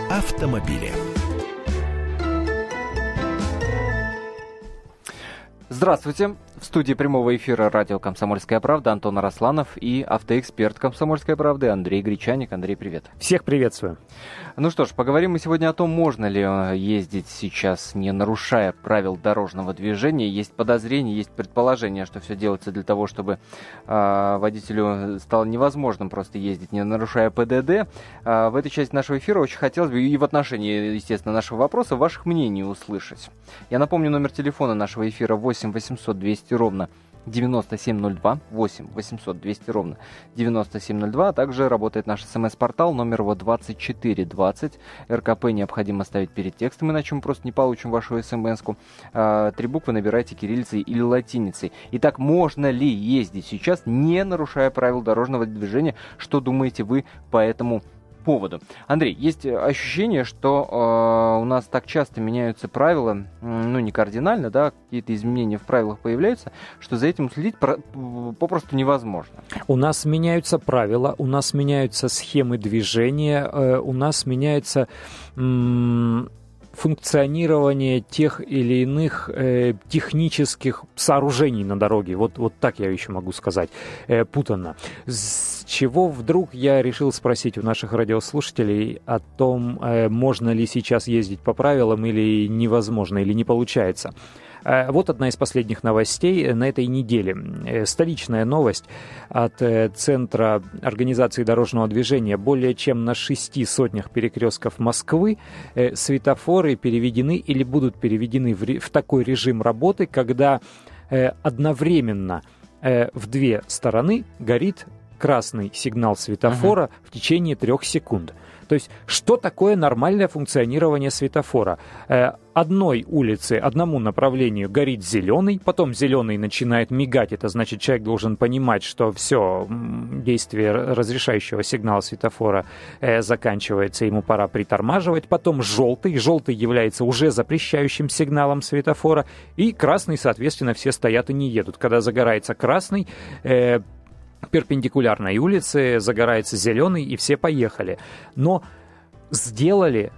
автомобиле. Здравствуйте. В студии прямого эфира радио «Комсомольская правда» Антон Арасланов и автоэксперт «Комсомольской правды» Андрей Гречаник. Андрей, привет. Всех приветствую. Ну что ж, поговорим мы сегодня о том, можно ли ездить сейчас, не нарушая правил дорожного движения. Есть подозрения, есть предположение, что все делается для того, чтобы водителю стало невозможным просто ездить, не нарушая ПДД. В этой части нашего эфира очень хотелось бы и в отношении, естественно, нашего вопроса ваших мнений услышать. Я напомню, номер телефона нашего эфира 8 800 200 ровно 9702, 8 800 200 ровно 9702, а также работает наш смс-портал, номер его 2420. РКП необходимо ставить перед текстом, иначе мы просто не получим вашу смс-ку. 3 буквы набирайте кириллицей или латиницей. Итак, можно ли ездить сейчас, не нарушая правил дорожного движения? Что думаете вы по этому поводу? Андрей, есть ощущение, что у нас так часто меняются правила, ну не кардинально, да, какие-то изменения в правилах появляются, что за этим следить попросту невозможно. У нас меняются правила, у нас меняются схемы движения, у нас меняется функционирование тех или иных технических сооружений на дороге. Вот так я еще могу сказать, путанно. С чего вдруг я решил спросить у наших радиослушателей о том, можно ли сейчас ездить по правилам или невозможно, или не получается. Вот одна из последних новостей на этой неделе. Столичная новость от Центра организации дорожного движения. Более чем на 6 сотнях перекрестков Москвы светофоры переведены или будут переведены в такой режим работы, когда одновременно в две стороны горит красный сигнал светофора в течение 3 секунд. То есть, что такое нормальное функционирование светофора? Одной улице, одному направлению горит зеленый, потом зеленый начинает мигать, это значит, человек должен понимать, что все, действие разрешающего сигнала светофора заканчивается, ему пора притормаживать, потом желтый является уже запрещающим сигналом светофора, и красный, соответственно, все стоят и не едут. Когда загорается красный, перпендикулярной улице, загорается зеленый, и все поехали. Но сделали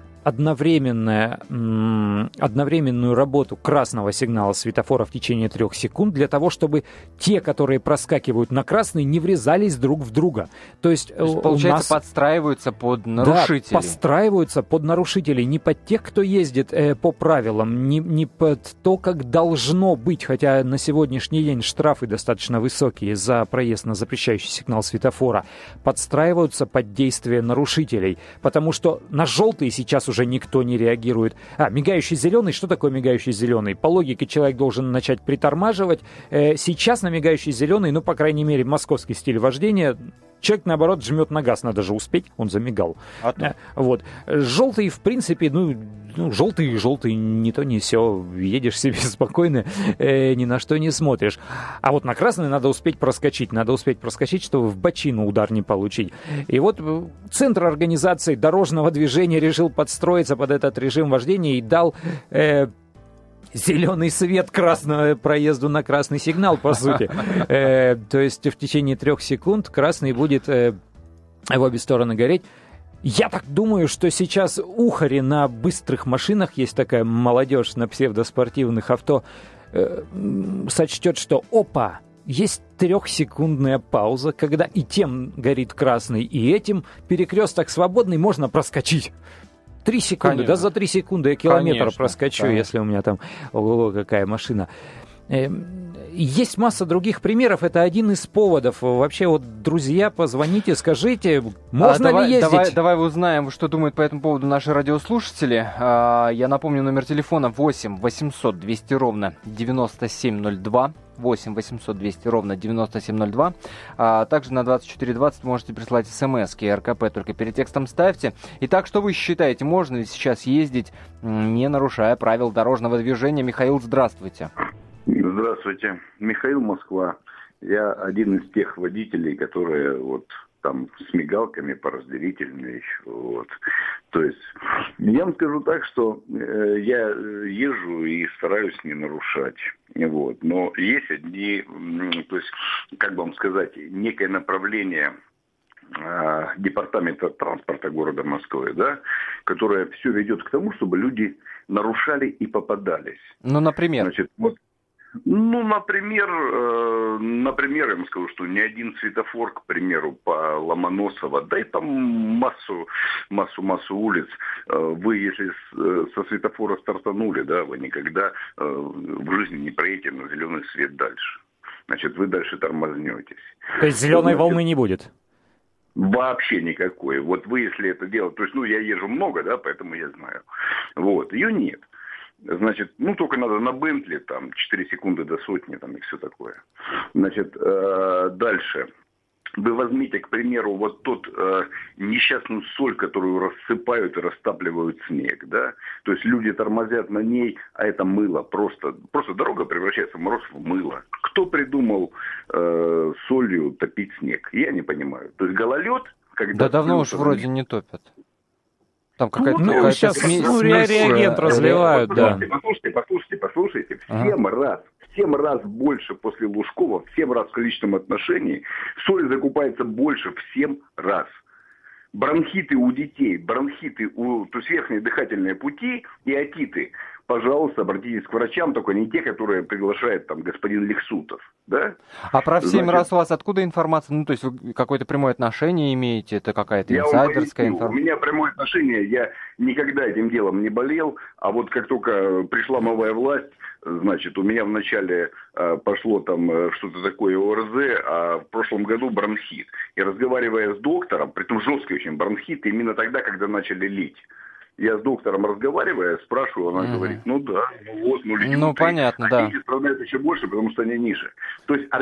одновременную работу красного сигнала светофора в течение 3 секунд для того, чтобы те, которые проскакивают на красный, не врезались друг в друга. То есть получается, подстраиваются под нарушителей. Да, подстраиваются под нарушителей, не под тех, кто ездит по правилам, не под то, как должно быть, хотя на сегодняшний день штрафы достаточно высокие за проезд на запрещающий сигнал светофора, подстраиваются под действие нарушителей, потому что на желтый сейчас уже никто не реагирует. Мигающий зеленый, что такое мигающий зеленый? По логике человек должен начать притормаживать. Сейчас на мигающий зеленый, ну, по крайней мере, московский стиль вождения, человек, наоборот, жмет на газ, надо же успеть, он замигал. Вот. Желтый, в принципе, желтый, не то, не сё, едешь себе спокойно, ни на что не смотришь. А вот на красный надо успеть проскочить, чтобы в бочину удар не получить. И вот Центр организации дорожного движения решил подстроиться под этот режим вождения и дал зеленый свет красного проезду на красный сигнал, по сути. То есть в течение 3 секунд красный будет в обе стороны гореть. Я так думаю, что сейчас ухари на быстрых машинах, есть такая молодежь на псевдоспортивных авто, сочтет, что есть 3-секундная пауза, когда и тем горит красный, и этим перекресток свободный, можно проскочить. 3 секунды, Конечно. Да за 3 секунды я километр Конечно. проскочу, если у меня там какая машина. Есть масса других примеров, это один из поводов. Вообще, вот, друзья, позвоните, скажите, можно ли ездить? Давай узнаем, что думают по этому поводу наши радиослушатели. Я напомню, номер телефона 8 800 200 ровно 9702. 8 800 200 ровно 9702. Также на 2420 можете прислать смс-ки РКП, только перед текстом ставьте. Итак, что вы считаете, можно ли сейчас ездить, не нарушая правил дорожного движения? Михаил, здравствуйте. Здравствуйте. Михаил, Москва. Я один из тех водителей, которые там с мигалками по разделительной еще. То есть, я вам скажу так, что я езжу и стараюсь не нарушать. Но есть одни, то есть, как бы вам сказать, некое направление департамента транспорта города Москвы, да, которая все ведет к тому, чтобы люди нарушали и попадались. Ну, например? Значит, вот, ну, например, я вам скажу, что ни один светофор, к примеру, по Ломоносово, да и там массу улиц, вы, если со светофора стартанули, да, вы никогда в жизни не проедете на зеленый свет дальше. Значит, вы дальше тормознетесь. То есть зеленой волны не будет? Вообще никакой. Вот вы, если это делать, то есть, я езжу много, да, поэтому я знаю. Вот, ее нет. Значит, только надо на Бентли, там, 4 секунды до сотни, там, и все такое. Значит, дальше. Вы возьмите, к примеру, вот тот несчастную соль, которую рассыпают и растапливают снег, да? То есть люди тормозят на ней, а это мыло. Просто дорога превращается в мороз в мыло. Кто придумал солью топить снег? Я не понимаю. То есть гололед, когда... Да давно уж вроде не топят. Там какая-то сейчас реагент разливают, да. Послушайте. В 7 раз больше после Лужкова, в 7 раз в количественном отношении, соль закупается больше в 7 раз. Бронхиты у детей, то есть верхние дыхательные пути и отиты. Пожалуйста, обратитесь к врачам, только не те, которые приглашает там господин Лексутов, да? А про в 7 раз у вас откуда информация? Ну, то есть вы какое-то прямое отношение имеете? Это какая-то инсайдерская информация? У меня прямое отношение, я никогда этим делом не болел, а вот как только пришла новая власть, значит, у меня вначале пошло там что-то такое ОРЗ, а в прошлом году бронхит. И разговаривая с доктором, притом жесткий очень бронхит, именно тогда, когда начали лить. Я с доктором разговариваю, спрашиваю, она говорит, лечу. Понятно, да. Они страдают еще больше, потому что они ниже. То есть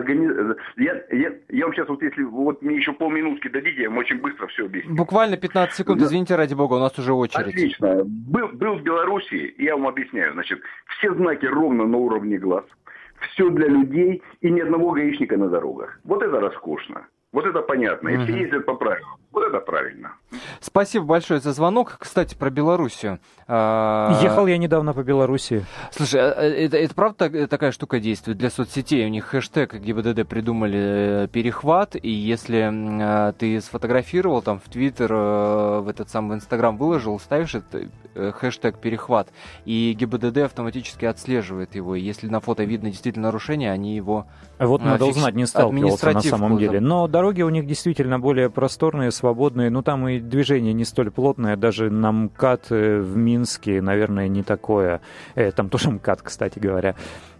я вам сейчас, вот если мне еще полминутки дадите, я вам очень быстро все объясню. Буквально 15 секунд, извините, ради бога, у нас уже очередь. Отлично. Был в Белоруссии, я вам объясняю, значит, все знаки ровно на уровне глаз, все для людей и ни одного гаишника на дорогах. Вот это роскошно. Вот это понятно. И все ездят по правилам. Вот это правильно. Спасибо большое за звонок. Кстати, про Белоруссию. Ехал я недавно по Белоруссии. Слушай, это правда такая штука действует для соцсетей? У них хэштег ГИБДД придумали перехват, и если ты сфотографировал там в Твиттер, в этот самый Инстаграм выложил, ставишь этот хэштег перехват, и ГИБДД автоматически отслеживает его. И если на фото видно действительно нарушение, они его вот надо узнать, не сталкивался на самом деле. Но дороги у них действительно более просторные, свободные. Ну, там и движение не столь плотное. Даже на МКАД в Минске, наверное, не такое. Там тоже МКАД, кстати говоря.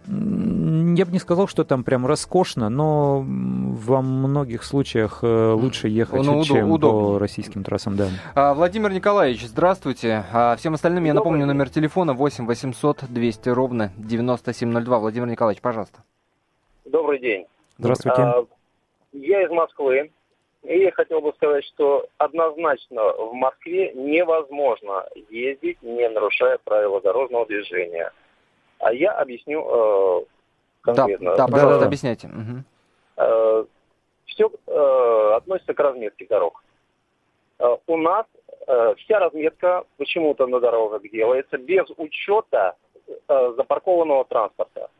Я бы не сказал, что там прям роскошно, но во многих случаях лучше ехать, чем по российским трассам. Да. Владимир Николаевич, здравствуйте. Всем остальным я напомню номер телефона 8 800 200 ровно 9702. Владимир Николаевич, пожалуйста. Добрый день. Здравствуйте. Я из Москвы. И я хотел бы сказать, что однозначно в Москве невозможно ездить, не нарушая правила дорожного движения. А я объясню конкретно. Да, пожалуйста, объясняйте. Угу. Все относится к разметке дорог. У нас вся разметка почему-то на дорогах делается без учета запаркованного транспорта.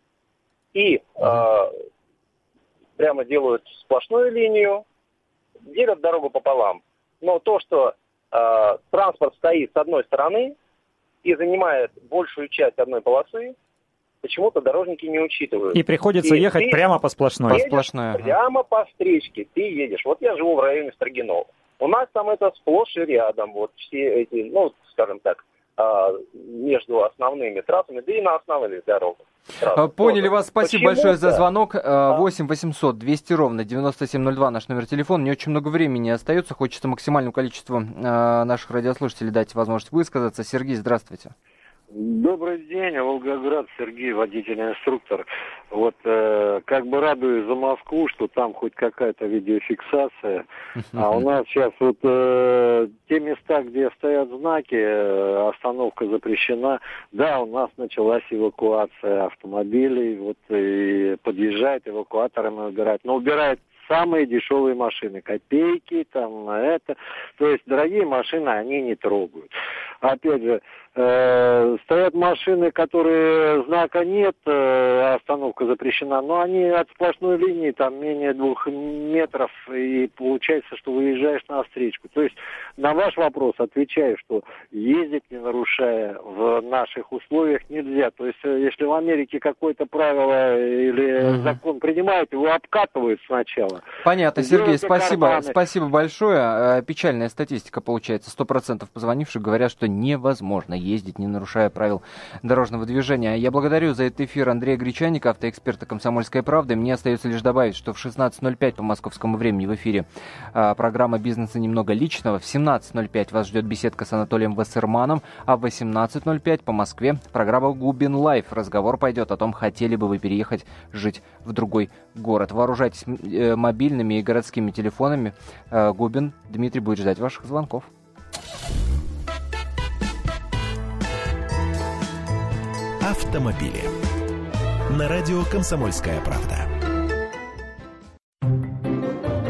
И прямо делают сплошную линию, делят дорогу пополам. Но то, что транспорт стоит с одной стороны и занимает большую часть одной полосы, почему-то дорожники не учитывают. И приходится ехать прямо по сплошной. Прямо по встречке ты едешь. Вот я живу в районе Строгино. У нас там это сплошь и рядом. Вот все эти, скажем так, между основными трассами, да и на основных дорогах. Поняли вас. Спасибо большое за звонок. 8 800 200 ровно 9702 наш номер телефона. Не очень много времени остается. Хочется максимальному количеству наших радиослушателей дать возможность высказаться. Сергей, здравствуйте. Добрый день, Волгоград, Сергей, водитель-инструктор. Вот как бы радуюсь за Москву, что там хоть какая-то видеофиксация. А у нас сейчас вот те места, где стоят знаки, остановка запрещена. Да, у нас началась эвакуация автомобилей, вот и подъезжают эвакуаторы убирать. Но убирают самые дешевые машины, копейки, там, это. То есть дорогие машины они не трогают. Опять же, Стоят машины, которые знака нет, остановка запрещена, но они от сплошной линии, там менее 2 метров, и получается, что выезжаешь на встречку. То есть на ваш вопрос отвечаю, что ездить не нарушая в наших условиях нельзя. То есть если в Америке какое-то правило или закон принимают, его обкатывают сначала. Понятно, Сергей, спасибо большое. Печальная статистика получается. 100% позвонивших говорят, что невозможно ездить, не нарушая правил дорожного движения. Я благодарю за этот эфир Андрея Гречаника, автоэксперта «Комсомольской правды». Мне остается лишь добавить, что в 16:05 по московскому времени в эфире программа «Бизнеса немного личного». В 17:05 вас ждет беседка с Анатолием Вассерманом, а в 18:05 по Москве программа «Губин Лайф». Разговор пойдет о том, хотели бы вы переехать жить в другой город. Вооружайтесь мобильными и городскими телефонами. Губин Дмитрий будет ждать ваших звонков. Автомобили. На радио «Комсомольская правда».